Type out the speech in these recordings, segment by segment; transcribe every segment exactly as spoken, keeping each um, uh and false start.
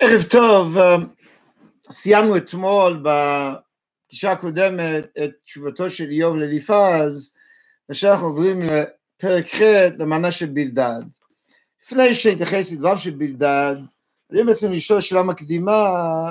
ערב טוב, סיימנו אתמול בפגישה הקודמת את תשובתו של איוב לאליפז, עכשיו אנחנו עוברים לפרק ח' למענה של בלדד. לפני שנתייחס לדבריו של בלדד, אני בעצם לשאול שאלה מקדימה,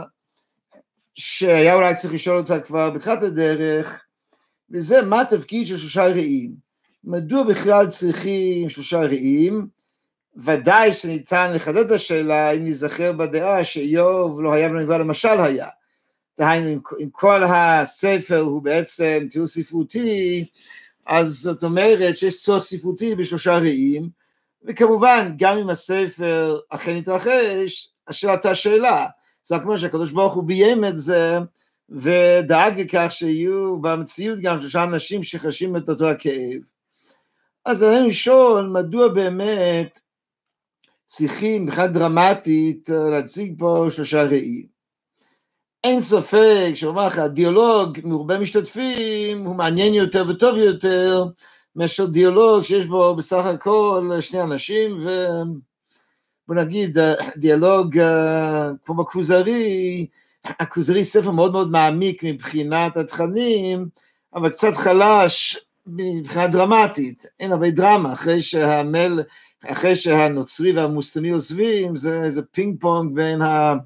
שהיה אולי צריך לשאול אותה כבר בתחילת הדרך, וזה מה התפקיד של שלושה רעים? מדוע בכלל צריכים שלושה רעים? ודאי שניתן לחדד את השאלה אם נזכר בדעה שאיוב לא היה ונברא למשל היה. דהיינו, אם כל הספר הוא בעצם תיאור ספרותי, אז זאת אומרת שיש צורך ספרותי בשלושה רעים, וכמובן גם אם הספר אכן יתרחש, השאלה הייתה שאלה. זה כמו שהקדוש ברוך הוא ביים את זה, ודאג לכך שיהיו במציאות גם שלושה אנשים שחשים את אותו הכאב. אז אני לשאול מדוע באמת צריכים בכלל דרמטית להציג פה שלושה רעים. אין ספק שאומר לך, דיאלוג מרובה משתתפים הוא מעניין יותר וטוב יותר מאשר דיאלוג שיש בו בסך הכל שני אנשים, ובוא נגיד דיאלוג כמו בכוזרי, הכוזרי ספר מאוד מאוד מעמיק מבחינת התכנים, אבל קצת חלש מבחינה דרמטית, אין הרבה דרמה, אחרי שהמל, אחרי שהנוצרי והמוסלמי עוזבים, זה, זה פינג פונג בין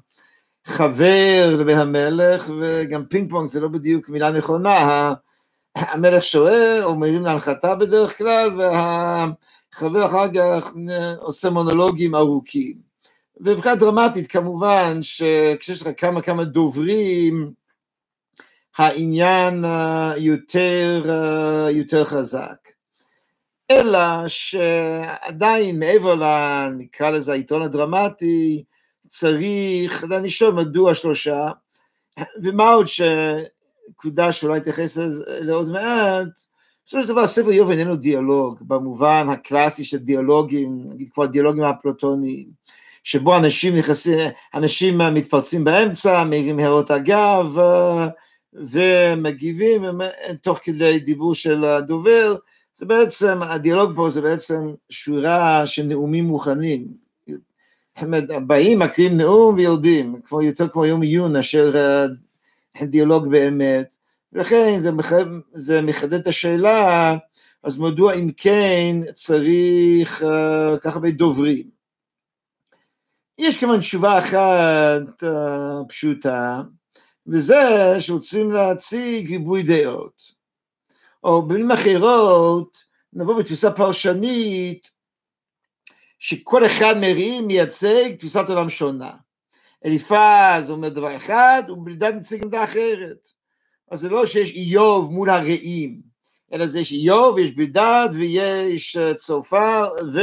החבר לבין המלך, וגם פינג פונג זה לא בדיוק מילה נכונה, המלך שואל, או מעירים להנחתה בדרך כלל, והחבר אחר כך עושה מונולוגים ארוכים. ובבחינה דרמטית כמובן, שכשיש לך כמה כמה דוברים, העניין יותר, יותר חזק. אלא שעדיין מעבר לנקרא לזה היתרון הדרמטי, צריך, אני שואל מדוע שלושה, ומה עוד שנקודה שאולי נתייחס לעוד מעט, בסופו של דבר ספר איוב איננו דיאלוג, במובן הקלאסי של דיאלוגים, נגיד כמו הדיאלוגים הפלטוניים, שבו אנשים נכנסים, אנשים מתפרצים באמצע, מעירים הערות אגב, ומגיבים תוך כדי דיבור של הדובר. זה בעצם, הדיאלוג פה זה בעצם שורה של נאומים מוכנים, הבאים מקריאים נאום ויורדים, כמו, יותר כמו יום עיון אשר דיאלוג באמת, ולכן זה, מחד, זה מחדד את השאלה, אז מדוע אם כן צריך uh, ככה בדוברים. יש כמובן תשובה אחת uh, פשוטה, וזה שרוצים להציג ריבוי דעות, או במילים אחרות, נבוא בתפיסה פרשנית, שכל אחד מראים מייצג תפיסת עולם שונה. אליפז אומר דבר אחד, ובלדד מציג עמדה אחרת. אז זה לא שיש איוב מול הרעים, אלא זה יש איוב, ויש בלדד, ויש צופר, ו...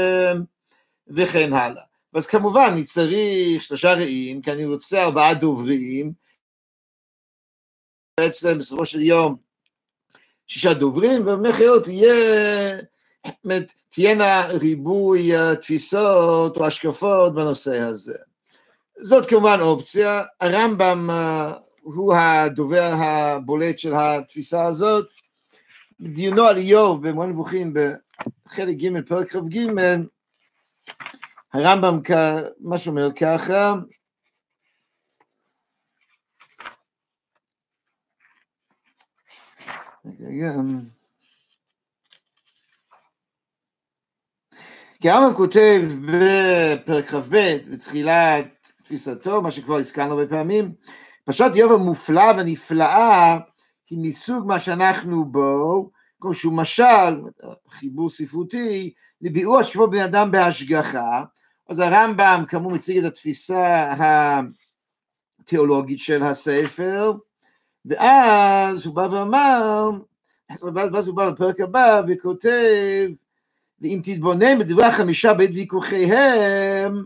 וכן הלאה. אז כמובן, אני צריך שלושה רעים, כי אני רוצה ארבעה דוברים, בעצם בסופו של יום, שישה דוברים, ובמחיות תהיה, תהיינה ריבוי תפיסות או השקפות בנושא הזה. זאת כמובן אופציה, הרמב"ם הוא הדובר הבולט של התפיסה הזאת, בדיונו על איוב במורה נבוכים בחלק ג' פרק כ"ג, הרמב"ם מה שאומר ככה, כי הרמב"ם כותב בפרק כ"ב בתחילת תפיסתו, מה שכבר הזכרנו הרבה פעמים, פרשת איוב המופלאה והנפלאה היא מסוג מה שאנחנו בו, כמו שהוא משל, חיבור ספרותי, לביאור השקפות בני אדם בהשגחה. אז הרמב"ם כאמור מציג את התפיסה התיאולוגית של הספר, ואז הוא בא ואמר, ואז הוא בא בפרק הבא וכותב, ואם תתבונן בדברי החמישה בית ויכוחיהם,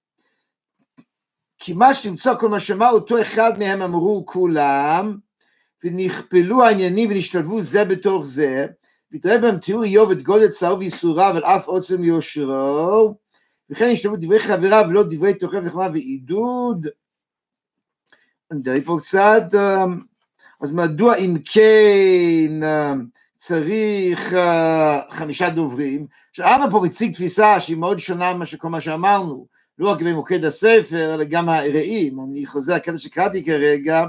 כמעט שתמצא כל מה שאמר אותו אחד מהם אמרו כולם, ונכפלו העניינים ונשתלבו זה בתוך זה, ותראה בהם תיאור איוב את גודל צערו וייסוריו על אף עוצם יושרו, וכן נשתלבו דברי חבריו ולא דברי תוכן נחמה ועידוד. אני אדבר פה קצת, אז מדוע אם כן צריך חמישה דוברים? שהרמב"ם פה מציג תפיסה שהיא מאוד שונה ממה שכל מה שאמרנו, לא רק במוקד הספר, אלא גם הרעים. אני חוזר הקטע שקראתי כרגע,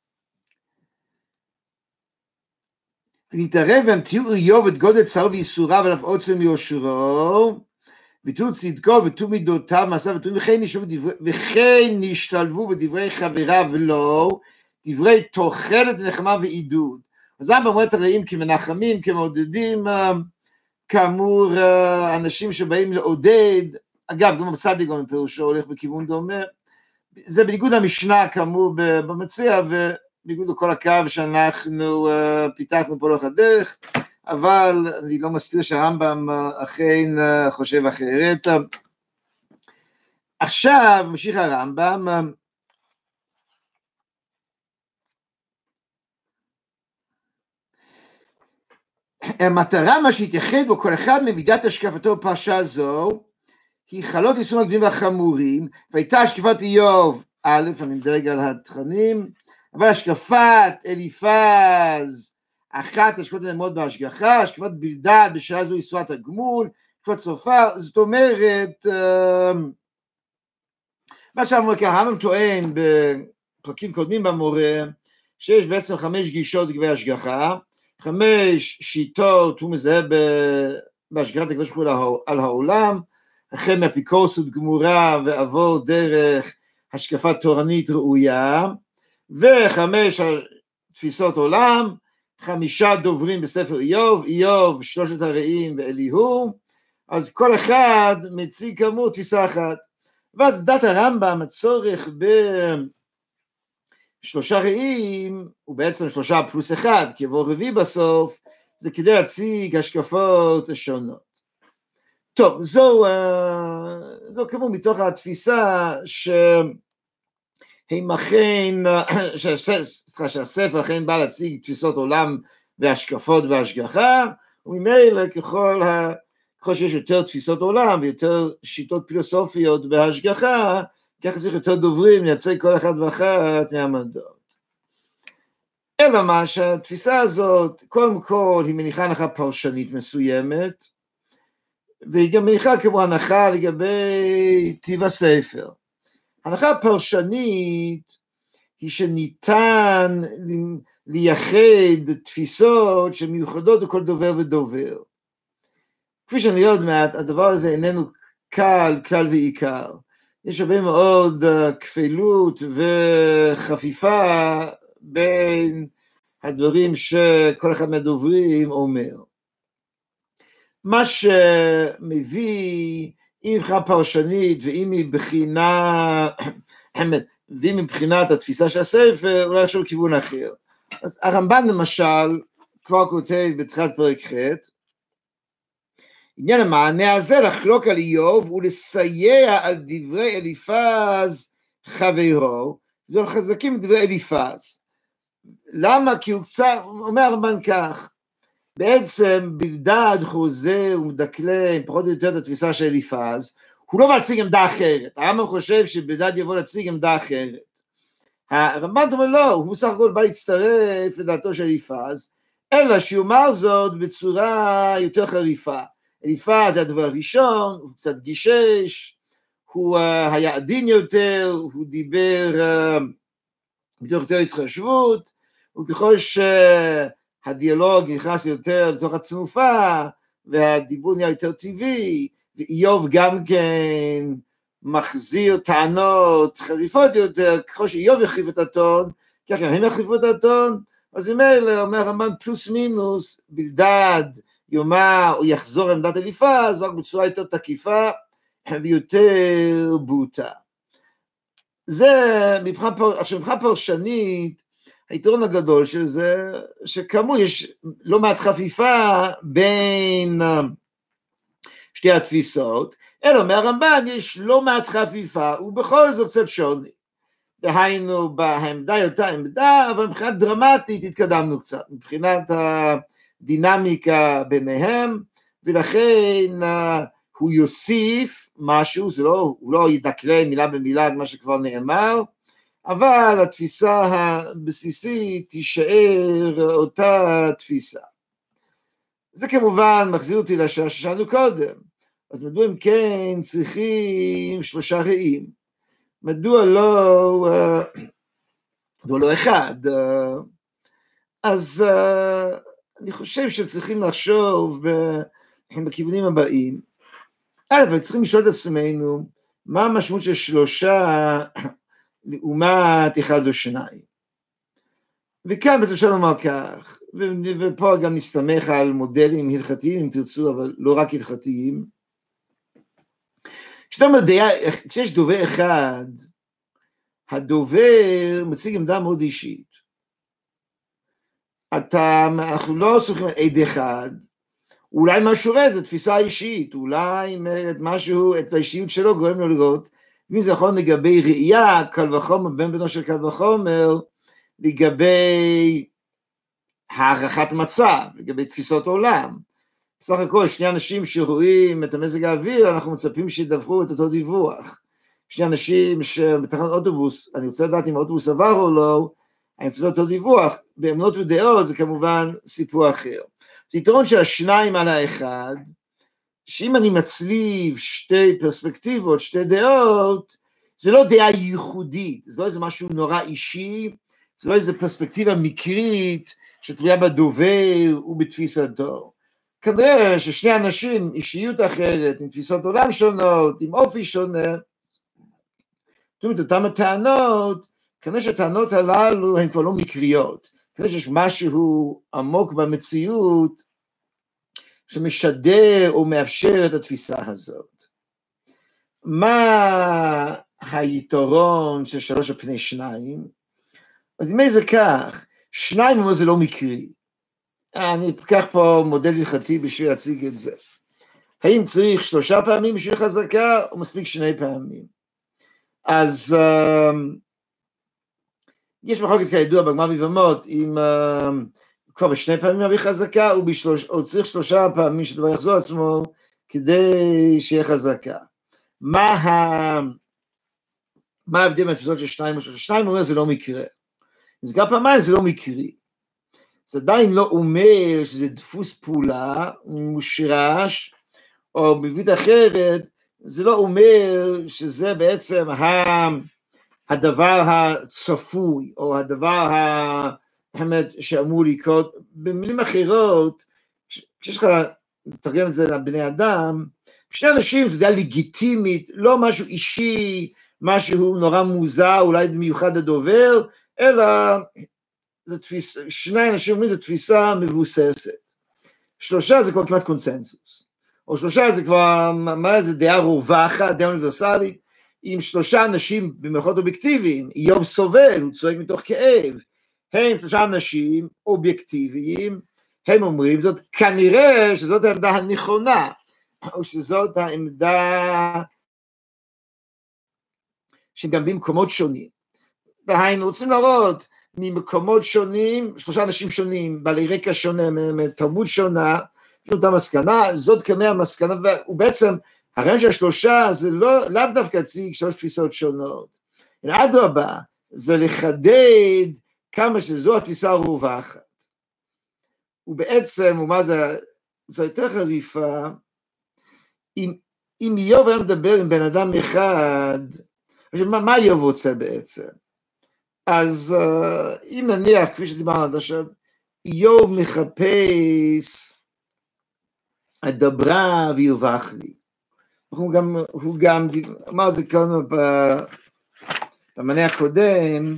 ונתערב בהם תיאור איוב את גודל צערו וייסוריו עליו עוצם מיושרו, ותיאור צדקו ותיאור מידותיו מעשיו ותיאור וכן נשתלבו בדברי, וכן נשתלבו בדברי חבריו לו, דברי תוחלת נחמה ועידוד. אז הרמב"ם רואה את הרעים כמנחמים, כמעודדים, כאמור אנשים שבאים לעודד, אגב גם המסעדי גם פירושו הולך בכיוון דומה, זה בניגוד למשנה כאמור במציע, ובניגוד לכל הקו שאנחנו פיתחנו פה לאורך הדרך, אבל אני לא מסתיר שהרמב"ם אכן חושב אחרת. עכשיו ממשיך הרמב"ם, המטרה מה שהתייחד בו כל אחד ממידת השקפתו בפרשה זו, היא חלות יישום הגדולים והחמורים, והייתה השקפת איוב, א', אני מדלג על התכנים, אבל השקפת אליפז, אחת השקפות הנאמרות בהשגחה, השקפת בלדד בשעה זו ישועת הגמול, השקפת צופר, זאת אומרת, מה שאמרו ככה, הרמב"ם טוען בפרקים קודמים במורה, שיש בעצם חמש גישות לגבי השגחה, חמש שיטות הוא מזהה בהשגחת הקדוש ברוך הוא על העולם, החל מאפיקורסות גמורה ועבור דרך השקפה תורנית ראויה, וחמש תפיסות עולם, חמישה דוברים בספר איוב, איוב, שלושת הרעים ואליהו, אז כל אחד מציג כאמור תפיסה אחת, ואז דת הרמב"ם הצורך בשלושה רעים, הוא בעצם שלושה פלוס אחד, כי יבוא רביעי בסוף, זה כדי להציג השקפות שונות. טוב, זו, זו כמו מתוך התפיסה שהם אכן, שהספר אכן בא להציג תפיסות עולם והשקפות בהשגחה, וממילא ככל, ככל שיש יותר תפיסות עולם ויותר שיטות פילוסופיות בהשגחה, ככה צריך יותר דוברים לייצג כל אחד ואחת מהעמדות. אלא מה שהתפיסה הזאת, קודם כל היא מניחה הנחה פרשנית מסוימת, והיא גם מניחה כמו הנחה לגבי טיב הספר. הנחה פרשנית היא שניתן לייחד תפיסות שמיוחדות לכל דובר ודובר. כפי שאני יודע עוד מעט, הדבר הזה איננו קל, כלל ועיקר. יש הרבה מאוד כפילות וחפיפה בין הדברים שכל אחד מהדוברים אומר. מה שמביא, אם מבחינה פרשנית ואם מבחינה, ואם מבחינת התפיסה של הספר, אולי עכשיו כיוון אחר. אז הרמב"ן למשל, כבר כותב בתחילת פרק ח', עניין המענה הזה לחלוק על איוב ולסייע על דברי אליפז חברו, וחזקים את דברי אליפז. למה? כי הוא קצת, אומר הרמב"ן כך, בעצם בלדד חוזר ומדקלם פחות או יותר את התפיסה של אליפז, הוא לא מציג עמדה אחרת, הרמב"ם חושב שבלדד יבוא להציג עמדה אחרת. הרמב"ן אומר לא, הוא בסך הכל בא להצטרף לדעתו של אליפז, אלא שיאמר זאת בצורה יותר חריפה. אליפז זה הדבר הראשון, הוא קצת גישש, הוא uh, היה עדין יותר, הוא דיבר uh, מתוך יותר התחשבות, וככל שהדיאלוג נכנס יותר לתוך התנופה, והדיבור נהיה יותר טבעי, ואיוב גם כן מחזיר טענות חריפות יותר, ככל שאיוב יחריף את הטון, כך גם הם יחריפו את הטון, אז אם אלה אומר הרמב"ן פלוס מינוס, בלדד, יאמר או יחזור עמדת אליפז, רק בצורה יותר תקיפה ויותר בוטה. זה מבחינה, עכשיו מבחינה פרשנית, היתרון הגדול של זה, שכאמור יש לא מעט חפיפה בין שתי התפיסות, אלא מהרמב"ן יש לא מעט חפיפה, ובכל זאת קצת שוני. דהיינו, בעמדה יותר עמדה, אבל מבחינת דרמטית התקדמנו קצת, מבחינת הדינמיקה ביניהם, ולכן הוא יוסיף משהו, זה לא, הוא לא ידקלם מילה במילה את מה שכבר נאמר, אבל התפיסה הבסיסית תישאר אותה תפיסה. זה כמובן מחזיר אותי לשאלה ששאלנו קודם, אז מדוע אם כן צריכים שלושה רעים? מדוע לא, מדוע לא אחד? אז אני חושב שצריכים לחשוב בכיוונים הבאים. אבל צריכים לשאול את עצמנו, מה המשמעות של שלושה לעומת אחד או שניים? וכאן בעצם אפשר לומר כך, ופה גם נסתמך על מודלים הלכתיים אם תרצו, אבל לא רק הלכתיים. כשיש דובר אחד, הדובר מציג עמדה מאוד אישית. אתה, אנחנו לא סומכים על עד אחד, אולי משהו רע, זו תפיסה אישית, אולי משהו, את האישיות שלו גורם לו לראות, ואם זה נכון לגבי ראייה, קל וחומר, בן בנו של קל וחומר, לגבי הערכת מצב, לגבי תפיסות עולם. בסך הכל, שני אנשים שרואים את המזג האוויר, אנחנו מצפים שידווחו את אותו דיווח. שני אנשים שבתחנת אוטובוס, אני רוצה לדעת אם האוטובוס עבר או לא, אני מצפה אותו דיווח, באמונות ודעות זה כמובן סיפור אחר. זה יתרון של השניים על האחד, שאם אני מצליב שתי פרספקטיבות, שתי דעות, זה לא דעה ייחודית, זה לא איזה משהו נורא אישי, זה לא איזה פרספקטיבה מקרית, שתלויה בדובר ובתפיסתו. כנראה ששני אנשים, אישיות אחרת, עם תפיסות עולם שונות, עם אופי שונה, זאת אומרת, אותם הטענות, כנראה שהטענות הללו הן כבר לא מקריות, כנראה שיש משהו עמוק במציאות, שמשדר או מאפשר את התפיסה הזאת. מה היתרון של שלוש על פני שניים? אז נראה זה כך, שניים אומר זה לא מקרי. אני אקח פה מודל הלכתי בשביל להציג את זה. האם צריך שלושה פעמים בשביל חזקה, או מספיק שני פעמים? אז uh, יש מחלוקת כידוע בגמרא ויבמות, אם uh, כבר בשני פעמים מביא חזקה, או, בשלוש, או צריך שלושה פעמים שדבר יחזור עצמו, כדי שיהיה חזקה. מה, ה... מה ההבדל מהתפיסות של שניים או שלושה? שניים אומר זה לא מקרה. אז גם פעמיים זה לא מקרי. זה עדיין לא אומר שזה דפוס פעולה מושרש, או בביט אחרת, זה לא אומר שזה בעצם הדבר הצפוי, או הדבר שאמור לקרות. במילים אחרות, כשיש לך, תרגם את זה לבני אדם, שני אנשים זה דעה לגיטימית, לא משהו אישי, משהו נורא מוזר, אולי במיוחד הדובר, אלא זה תפיסה, שני אנשים אומרים, זו תפיסה מבוססת. שלושה זה כבר כמעט קונסנזוס. או שלושה זה כבר, מה זה דעה רווחת, דעה אוניברסלית, עם שלושה אנשים במערכות אובייקטיביים, איוב סובל, הוא צועק מתוך כאב, הם שלושה אנשים אובייקטיביים, הם אומרים, זאת כנראה שזאת העמדה הנכונה, או שזאת העמדה שגם במקומות שונים. והיינו רוצים לראות ממקומות שונים, שלושה אנשים שונים, בעלי רקע שונה, מתרבות שונה, יש אותה מסקנה, זאת כנראה המסקנה, ובעצם הרעיון של השלושה זה לא, לאו דווקא הציג שלוש תפיסות שונות, אלא אדרבה, זה לחדד כמה שזו התפיסה הרווחת. ובעצם, ומה זה, זו יותר חריפה, אם, אם איוב היה מדבר עם בן אדם אחד, מה, מה איוב רוצה בעצם? אז uh, אם נניח, כפי שדיברנו עד עכשיו, איוב מחפש אדברה ויובח לי. הוא גם, הוא גם אמר זה כאן במנה הקודם,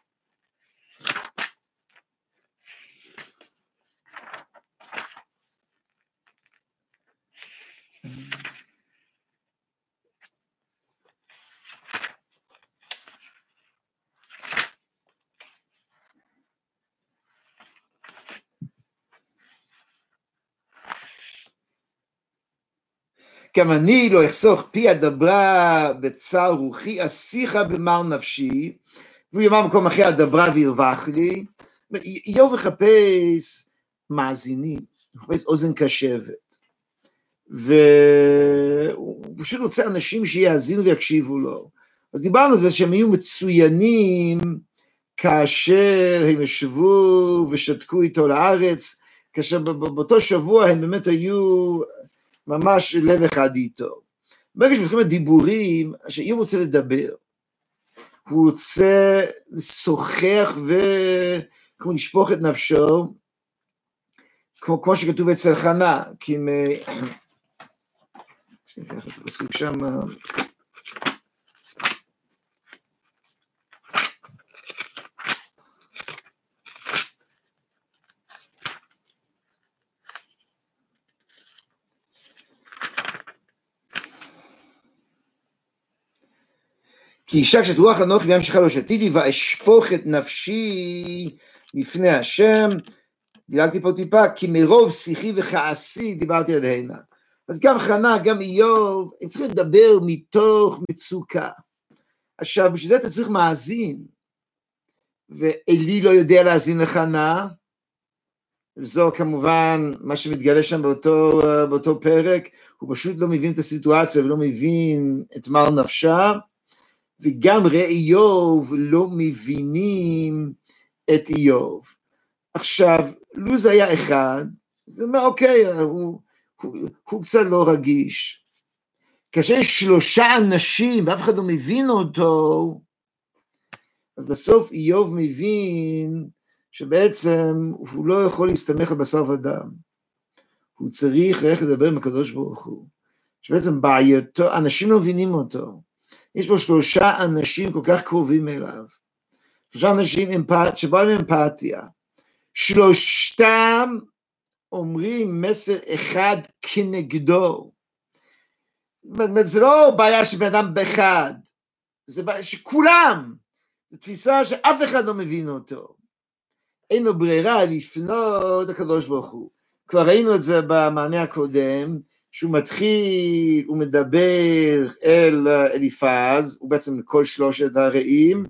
גם אני לא אחסוך פי אדברה בצער רוחי, אשיחה במר נפשי, והוא יאמר מקום אחרי אדברה וירווח לי. איוב מחפש מאזינים, הוא מחפש אוזן קשבת, והוא פשוט רוצה אנשים שיאזינו ויקשיבו לו. אז דיברנו על זה שהם היו מצוינים כאשר הם ישבו ושתקו איתו לארץ, כאשר באותו שבוע הם באמת היו ממש לב אחד איתו. ברגע שמתחילים הדיבורים, שאיוב רוצה לדבר, הוא רוצה לשוחח וכמו לשפוך את נפשו, כמו, כמו שכתוב אצל חנה, כי אם... שניקח את הפסוק שם... כי אישה כשתרוח אנוכי וימשיכה לא שתיתי ואשפוך את נפשי לפני השם, דילגתי פה טיפה, כי מרוב שיחי וכעסי דיברתי עד הנה. אז גם חנה, גם איוב, הם צריכים לדבר מתוך מצוקה. עכשיו, בשביל זה אתה צריך מאזין, ואלי לא יודע להאזין לחנה, וזו כמובן מה שמתגלה שם באותו, באותו פרק, הוא פשוט לא מבין את הסיטואציה ולא מבין את מר נפשה, וגם רעי איוב לא מבינים את איוב. עכשיו, לו זה היה אחד, זה אומר, אוקיי, הוא, הוא, הוא קצת לא רגיש. כאשר יש שלושה אנשים, ואף אחד לא מבין אותו, אז בסוף איוב מבין שבעצם הוא לא יכול להסתמך על בשר ודם. הוא צריך איך לדבר עם הקדוש ברוך הוא. שבעצם בעייתו, אנשים לא מבינים אותו. יש פה שלושה אנשים כל כך קרובים אליו. שלושה אנשים אמפת, שבאים אמפתיה. שלושתם אומרים מסר אחד כנגדו. זה לא בעיה של בן אדם באחד, זה בעיה שכולם, זו תפיסה שאף אחד לא מבין אותו. אין לו ברירה לפנות לקדוש ברוך הוא. כבר ראינו את זה במענה הקודם, שהוא מתחיל, הוא מדבר אל אליפז, הוא בעצם כל שלושת הרעים,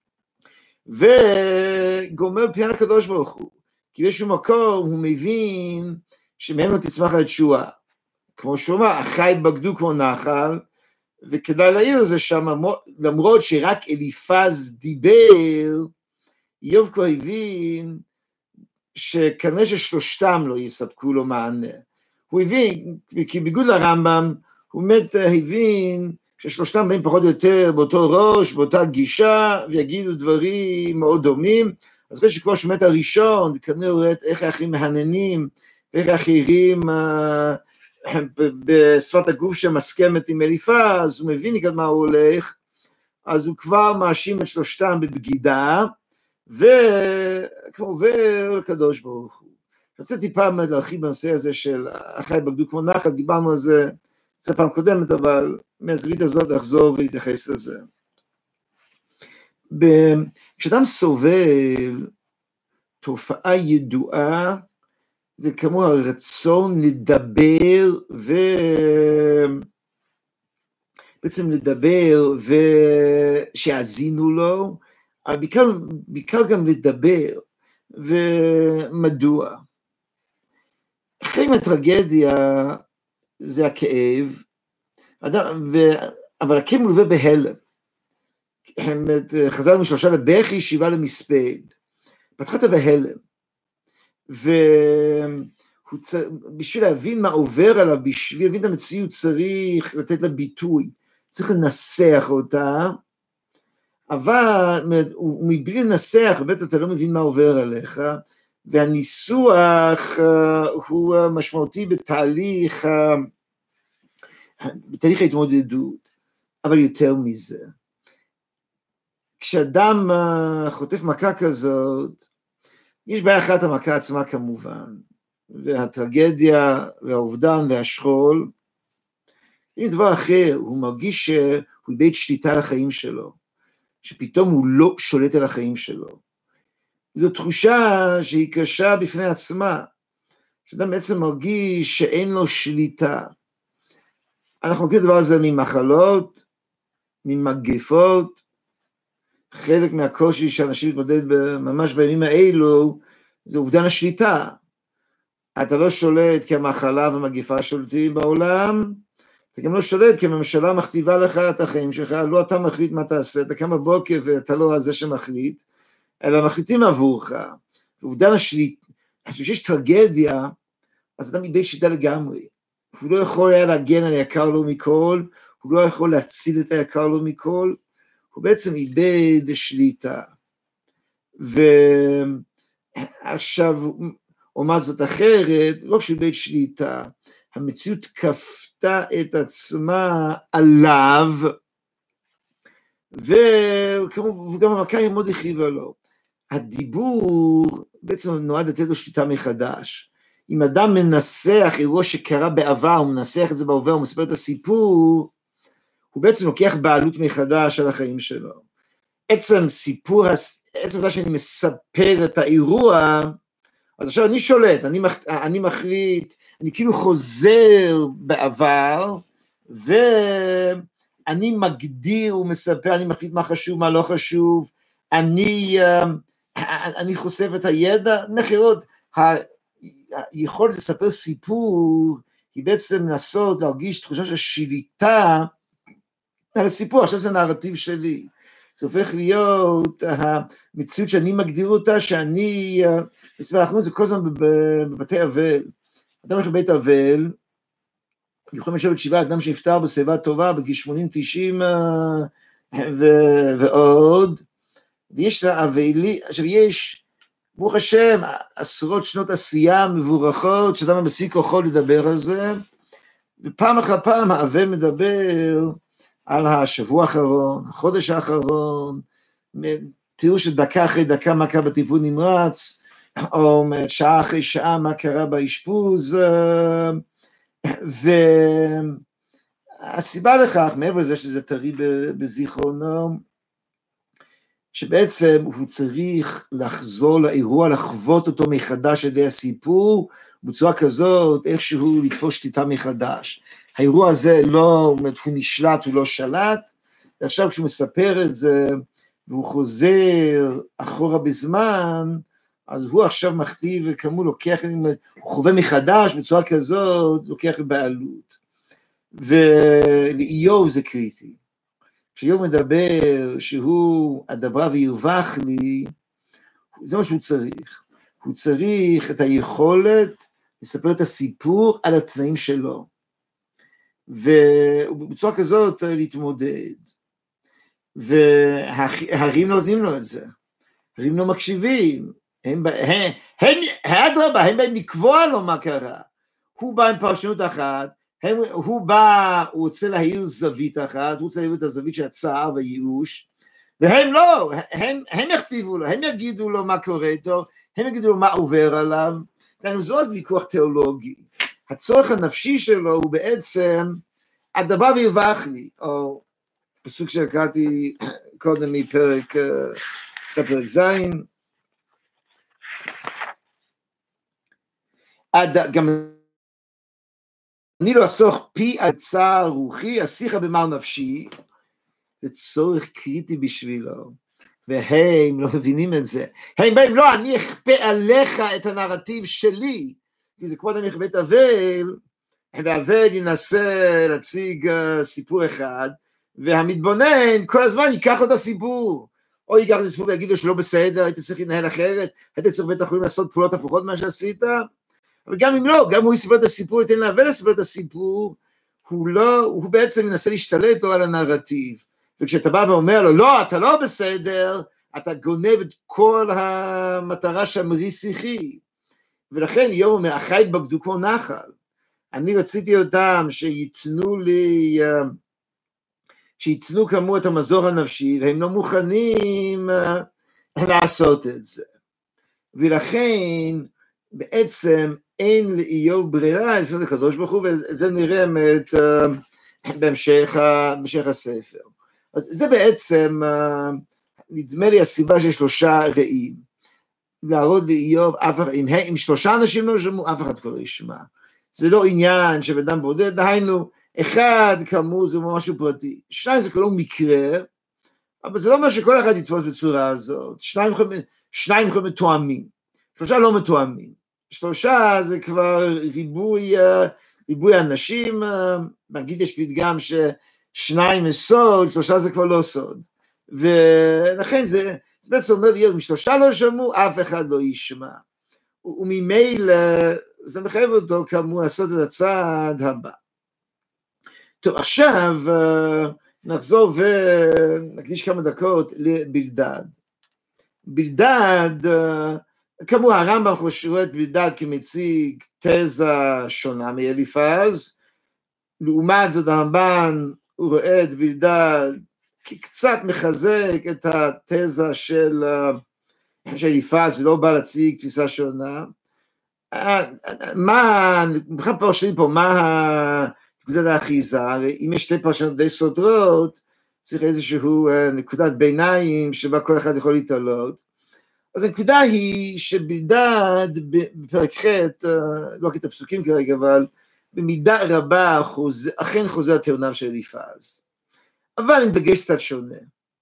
וגומר פנייה לקדוש ברוך הוא. כי באיזשהו מקום הוא מבין שמהם לא תצמח הישועה. כמו שהוא אמר, החי בגדו כמו נחל, וכדאי להעיר זה שם, למרות שרק אליפז דיבר, איוב כבר הבין שכנראה ששלושתם לא יספקו לו מענה. הוא הבין, כי בגוד לרמב"ם, הוא באמת הבין ששלושתם באים פחות או יותר באותו ראש, באותה גישה, ויגידו דברים מאוד דומים. אז אחרי שכבר שומעת הראשון, וכנראה הוא רואה איך האחרים מהננים, ואיך האחרים בשפת הגוף שמסכמת עם אליפז, הוא מבין נקרא מה הוא הולך, אז הוא כבר מאשים את שלושתם בבגידה, וכמו עובר לקדוש ברוך הוא. אני רוצה טיפה להרחיב בנושא הזה של החי בגדו כמו נחל, דיברנו על זה קצת פעם קודמת, אבל מהזווית הזאת לחזור ולהתייחס לזה. כשאדם סובל תופעה ידועה, זה כמו הרצון לדבר ובעצם לדבר ושיאזינו לו, אבל בעיקר, בעיקר גם לדבר, ומדוע? חלק מהטרגדיה זה הכאב, אדם, ו... אבל הכאב מלווה בהלם. חזרנו משלושה לבכי, שבעה למספד. פתחת בהלם. ובשביל להבין מה עובר עליו, בשביל להבין את המציאות צריך לתת לה ביטוי, צריך לנסח אותה, אבל מבלי לנסח, באמת אתה לא מבין מה עובר עליך, והניסוח הוא משמעותי בתהליך, בתהליך ההתמודדות, אבל יותר מזה. כשאדם חוטף מכה כזאת, יש בעיה אחת המכה עצמה כמובן, והטרגדיה והאובדן והשכול, יש דבר אחר, הוא מרגיש שהוא איבד שליטה על החיים שלו, שפתאום הוא לא שולט על החיים שלו. זו תחושה שהיא קשה בפני עצמה, שאדם בעצם מרגיש שאין לו שליטה. אנחנו מכירים דבר הזה ממחלות, ממגפות, חלק מהקושי שאנשים מתמודד ממש בימים האלו, זה אובדן השליטה. אתה לא שולט כי המחלה והמגפה שולטים בעולם, אתה גם לא שולט כי הממשלה מכתיבה לך את החיים שלך, לא אתה מחליט מה תעשה, אתה קם בבוקר ואתה לא זה שמחליט, אלא מחליטים עבורך. אובדן השליטה, כשיש טרגדיה, אז אדם איבד שליטה לגמרי. הוא לא יכול היה להגן על היקר לו מכל, הוא לא יכול להציל את היקר לו מכל, הוא בעצם איבד שליטה. ועכשיו, אומר זאת אחרת, לא שהוא איבד שליטה, המציאות כפתה את עצמה עליו, וגם המכה מאוד הכאיבה לו. הדיבור בעצם נועד לתת לו שליטה מחדש. אם אדם מנסח אירוע שקרה בעבר, הוא מנסח את זה בהווה, הוא מספר את הסיפור, הוא בעצם לוקח בעלות מחדש על החיים שלו. עצם סיפור, עצם זה שאני מספר את האירוע, אז עכשיו אני שולט, אני, מח, אני מחליט, אני כאילו חוזר בעבר, ואני מגדיר ומספר, אני מחליט מה חשוב, מה לא חשוב, אני, אני חושף את הידע, מחירות, היכולת לספר סיפור, היא בעצם לנסות להרגיש תחושה של שליטה על הסיפור, עכשיו זה נרטיב שלי. זה הופך להיות המציאות שאני מגדיר אותה, שאני, בסביבה האחרונות זה כל הזמן בבתי אבל, אדם הולך לבית אבל, יכולים לשבת שבעה, אדם שנפטר בשיבה טובה, בגיל שמונים תשעים ועוד, ויש לה אבלי, עכשיו יש, ברוך השם, עשרות שנות עשייה מבורכות, שאדם בשיא כוחו לדבר על זה, ופעם אחר פעם האבל מדבר על השבוע האחרון, החודש האחרון, תראו שדקה אחרי דקה מה קרה בטיפול נמרץ, או שעה אחרי שעה מה קרה באשפוז, והסיבה לכך, מעבר לזה שזה טרי בזיכרונו, שבעצם הוא צריך לחזור לאירוע, לחוות אותו מחדש על ידי הסיפור, בצורה כזאת, איכשהו לתפוס שליטה מחדש. האירוע הזה לא, הוא נשלט, הוא לא שלט, ועכשיו כשהוא מספר את זה, והוא חוזר אחורה בזמן, אז הוא עכשיו מכתיב, וכמו לוקח, הוא חווה מחדש בצורה כזאת, לוקח בעלות. ולאיוב זה קריטי. כשאיוב מדבר שהוא הדבר וירווח לי, זה מה שהוא צריך. הוא צריך את היכולת לספר את הסיפור על התנאים שלו. ובצורה כזאת להתמודד. וההרים לא נותנים לו את זה. ההרים לא מקשיבים. הם, הם, הם, האדרבה, הם באים לקבוע לו מה קרה. הוא בא עם פרשנות אחת, הם, הוא בא, הוא רוצה להעיר זווית אחת, הוא רוצה להעיר את הזווית של הצער והייאוש, והם לא, הם, הם יכתיבו לו, הם יגידו לו מה קורה איתו, הם יגידו לו מה עובר עליו, זה לא רק ויכוח תיאולוגי, הצורך הנפשי שלו הוא בעצם, הדבר וירווח לי, או פסוק שקראתי קודם מפרק, פרק זין, גם אני לא אחסוך פי על צער רוחי, אשיחה במר נפשי, זה צורך קריטי בשבילו, והם לא מבינים את זה, הם באים, לא, אני אכפה עליך את הנרטיב שלי, כי זה כמו אדם יכבד אבל, והאבל ינסה להציג סיפור אחד, והמתבונן כל הזמן ייקח את הסיפור, או ייקח את הסיפור ויגיד לו שלא בסדר, היית צריך לנהל אחרת, היית צריך בית החולים לעשות פעולות הפוכות מה שעשית, אבל גם אם לא, גם הוא יספר את הסיפור, יתן לאבל לספר את הסיפור, הוא לא, הוא בעצם מנסה להשתלט לו על הנרטיב, וכשאתה בא ואומר לו, לא, אתה לא בסדר, אתה גונב את כל המטרה שמרי שיחי, ולכן יום אומר, החי בגדו כמו נחל, אני רציתי אותם שיתנו לי, שיתנו כמו את המזור הנפשי, והם לא מוכנים לעשות את זה, ולכן בעצם אין לאיוב ברירה, לפני לקדוש ברוך הוא, וזה נראה את, בהמשך, בהמשך הספר. אז זה בעצם, נדמה לי הסיבה שיש שלושה רעים, להראות לאיוב, אם, אם שלושה אנשים לא שמעו, אף אחד כבר לא ישמע. זה לא עניין שבאדם בודד, דהיינו, אחד כאמור זה משהו פרטי, שניים זה כלו מקרה, אבל זה לא אומר שכל אחד יתפוס בצורה הזאת, שניים, שניים יכולים מתואמים, שלושה לא מתואמים, שלושה זה כבר ריבוי, ריבוי אנשים, נגיד יש פתגם ששניים סוד, שלושה זה כבר לא סוד, ולכן זה, זה בעצם אומר לי, אם שלושה לא שמעו, אף אחד לא ישמע, וממילא זה מחייב אותו כאמור לעשות את הצעד הבא. טוב, עכשיו נחזור ונקדיש כמה דקות לבלדד. בלדד, כאמור הרמב"ם רואה את בלדד כמציג תזה שונה מאליפז, לעומת זאת הרמב"ן הוא רואה את בלדד כקצת מחזק את התזה של אליפז, ולא בא להציג תפיסה שונה. מה, בכלל פרשנים פה, מה נקודת האחיזה? הרי אם יש שתי פרשנות די סותרות, צריך איזשהו נקודת ביניים שבה כל אחד יכול להתעלות. אז הנקודה היא שבלדד בפרק ח', לא רק את הפסוקים כרגע, אבל במידה רבה חוז, אכן חוזר טיעוניו של אליפז, אבל עם דגש קצת שונה.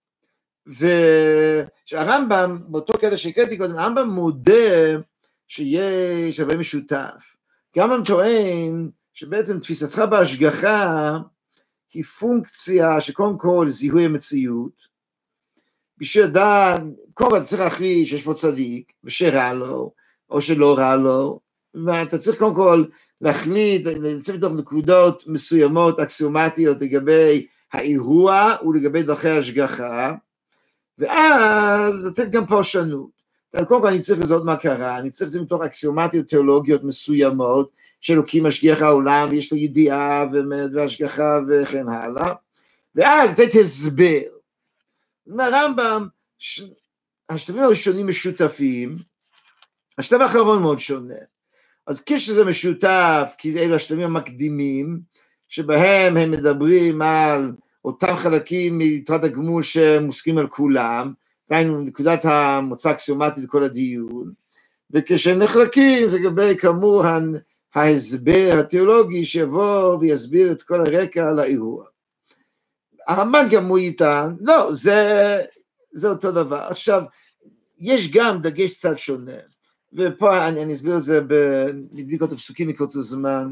והרמב"ם, באותו קטע שהקראתי קודם, הרמב"ם מודה שיש הרבה משותף. הרמב"ם טוען שבעצם תפיסתך בהשגחה היא פונקציה שקודם כל זיהוי המציאות, בשביל לדעת, קודם כל אתה צריך להחליט שיש פה צדיק, ושרע לו, או שלא רע לו, ואתה צריך קודם כל להחליט, לצאת בתוך נקודות מסוימות, אקסיומטיות, לגבי האירוע ולגבי דרכי השגחה, ואז לתת גם פרשנות. קודם כל אני צריך לזהות מה קרה, אני צריך לזה מתוך אקסיומטיות תיאולוגיות מסוימות, שאלוקים משגיח העולם, ויש לו ידיעה והשגחה וכן הלאה, ואז לתת הסבר. מהרמב"ם, השלבים הראשונים משותפים, השלב האחרון מאוד שונה. אז כשזה משותף, כי זה אלה השלבים המקדימים, שבהם הם מדברים על אותם חלקים מיתרת הגמול שמוסכים על כולם, דהיינו נקודת המוצא אקסיומטית לכל הדיון, וכשהם נחלקים זה לגבי כאמור ההסבר התיאולוגי שיבוא ויסביר את כל הרקע לאירוע. הרמב"ן גם הוא איתן, לא, זה, זה אותו דבר. עכשיו, יש גם דגש קצת שונה, ופה אני, אני אסביר את זה בבדיקות הפסוקים מקוצר זמן.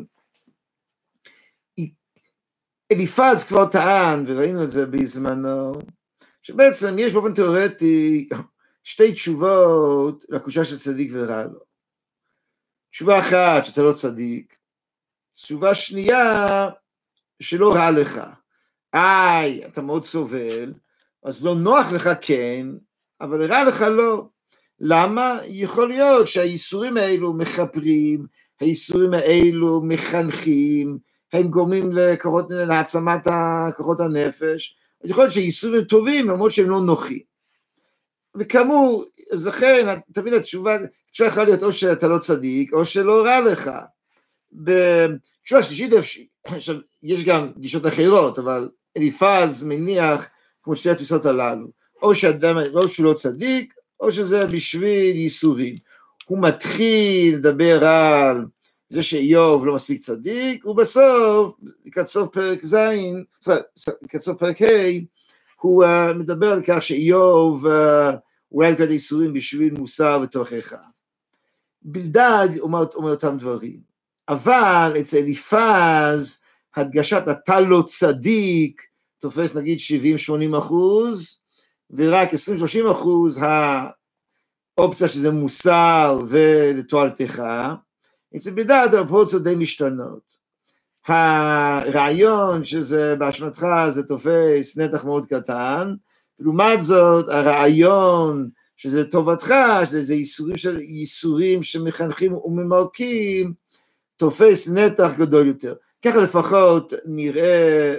אליפז כבר טען, וראינו את זה בזמנו, שבעצם יש באופן תיאורטי שתי תשובות לקושה של צדיק ורע לו. תשובה אחת, שאתה לא צדיק, תשובה שנייה, שלא רע לך. איי, אתה מאוד סובל, אז לא נוח לך כן, אבל רע לך לא. למה? יכול להיות שהאיסורים האלו מחפרים, האיסורים האלו מחנכים, הם גורמים לכוחות, להעצמת כוחות הנפש, אז יכול להיות שהאיסורים טובים, למרות שהם לא נוחים. וכאמור, אז לכן, תמיד התשובה, התשובה יכולה להיות או שאתה לא צדיק, או שלא רע לך. בתשובה שלישית, עכשיו, יש גם גישות אחרות, אבל אליפז מניח, כמו שתי התפיסות הללו, או שאדם, או שהוא לא צדיק, או שזה בשביל ייסורים. הוא מתחיל לדבר על זה שאיוב לא מספיק צדיק, ובסוף, לקראת סוף פרק ז', לקראת סוף פרק ה', הוא uh, מדבר על כך שאיוב uh, אולי לקראת ייסורים בשביל מוסר ותוכחה. בלדד אומר, אומר אותם דברים, אבל אצל אליפז, הדגשת אתה לא צדיק, תופס נגיד שבעים שמונים אחוז, ורק עשרים שלושים אחוז האופציה שזה מוסר ולתועלתך, אצל בלדד הפרופורציות די משתנות. הרעיון שזה באשמתך זה תופס נתח מאוד קטן, לעומת זאת הרעיון שזה לטובתך, שזה ייסורים, של, ייסורים שמחנכים וממרקים, תופס נתח גדול יותר. ככה לפחות נראה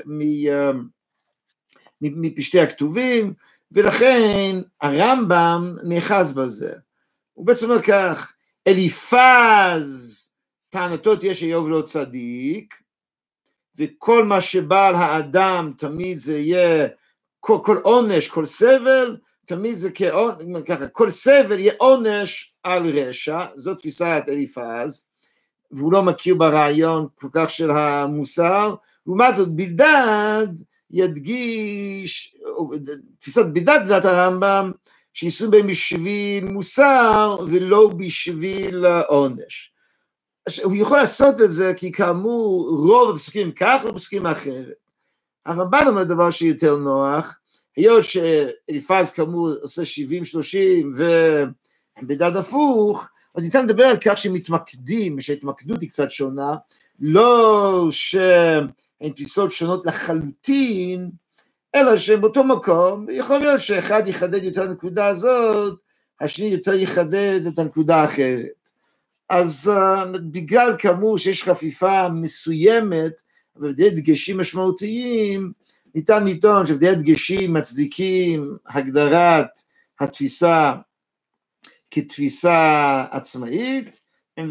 מפשטי הכתובים, ולכן הרמב"ם נאחז בזה. הוא בעצם אומר כך, אליפז טענתו תהיה שאיוב לא צדיק, וכל מה שבא על האדם תמיד זה יהיה, כל, כל עונש, כל סבל, תמיד זה ככה, כל סבל יהיה עונש על רשע, זו תפיסת אליפז, והוא לא מכיר ברעיון כל כך של המוסר, לעומת זאת בלדד ידגיש, תפיסת בלדד לדעת הרמב"ם, שייסורים בהם בשביל מוסר ולא בשביל עונש. הוא יכול לעשות את זה כי כאמור רוב הפסוקים כך ופסוקים אחרת. הרמב"ן אומר דבר שיותר נוח, היות שאליפז כאמור עושה שבעים שלושים ובלדד הפוך, אז ניתן לדבר על כך שמתמקדים, שההתמקדות היא קצת שונה, לא שהן תפיסות שונות לחלוטין, אלא שבאותו מקום, יכול להיות שאחד יחדד יותר הנקודה הזאת, השני יותר יחדד את הנקודה האחרת. אז uh, בגלל כאמור שיש חפיפה מסוימת, ובדי דגשים משמעותיים, ניתן לטעון שבדי דגשים מצדיקים הגדרת התפיסה כתפיסה עצמאית,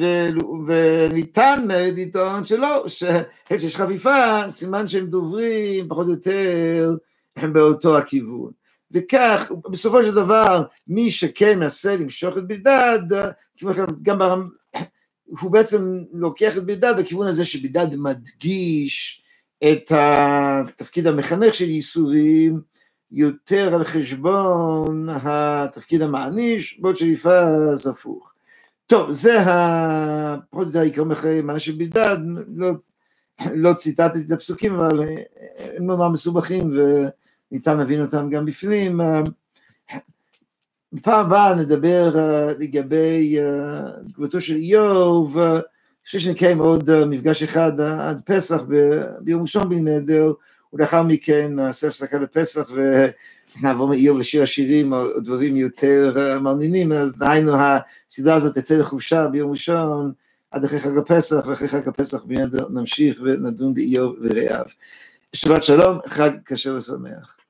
וניתן לטעון שלא, שיש חפיפה, סימן שהם דוברים פחות או יותר באותו הכיוון. וכך, בסופו של דבר, מי שכן מנסה למשוך את בלדד, גם ברמ... הוא בעצם לוקח את בלדד לכיוון הזה שבלדד מדגיש את התפקיד המחנך של ייסורים, יותר על חשבון התפקיד המעניש, בעוד שלפעמים הפוך. טוב, זה פחות או יותר העיקרון אחרי מענה של בלדד, לא, לא ציטטתי את הפסוקים, אבל הם לא נורא מסובכים וניתן להבין אותם גם בפנים. בפעם הבאה נדבר לגבי תגובתו של איוב, אני חושב שנקיים עוד מפגש אחד עד פסח ביום ראשון בלי נדר, ולאחר מכן נעשה הפסקה לפסח ונעבור מאיוב לשיר השירים או דברים יותר מעניינים, אז דהיינו הסדרה הזאת תצא לחופשה ביום ראשון עד אחרי חג הפסח, ואחרי חג הפסח בלי נדר נמשיך ונדון באיוב ורעיו. שבת שלום, חג כשר ושמח.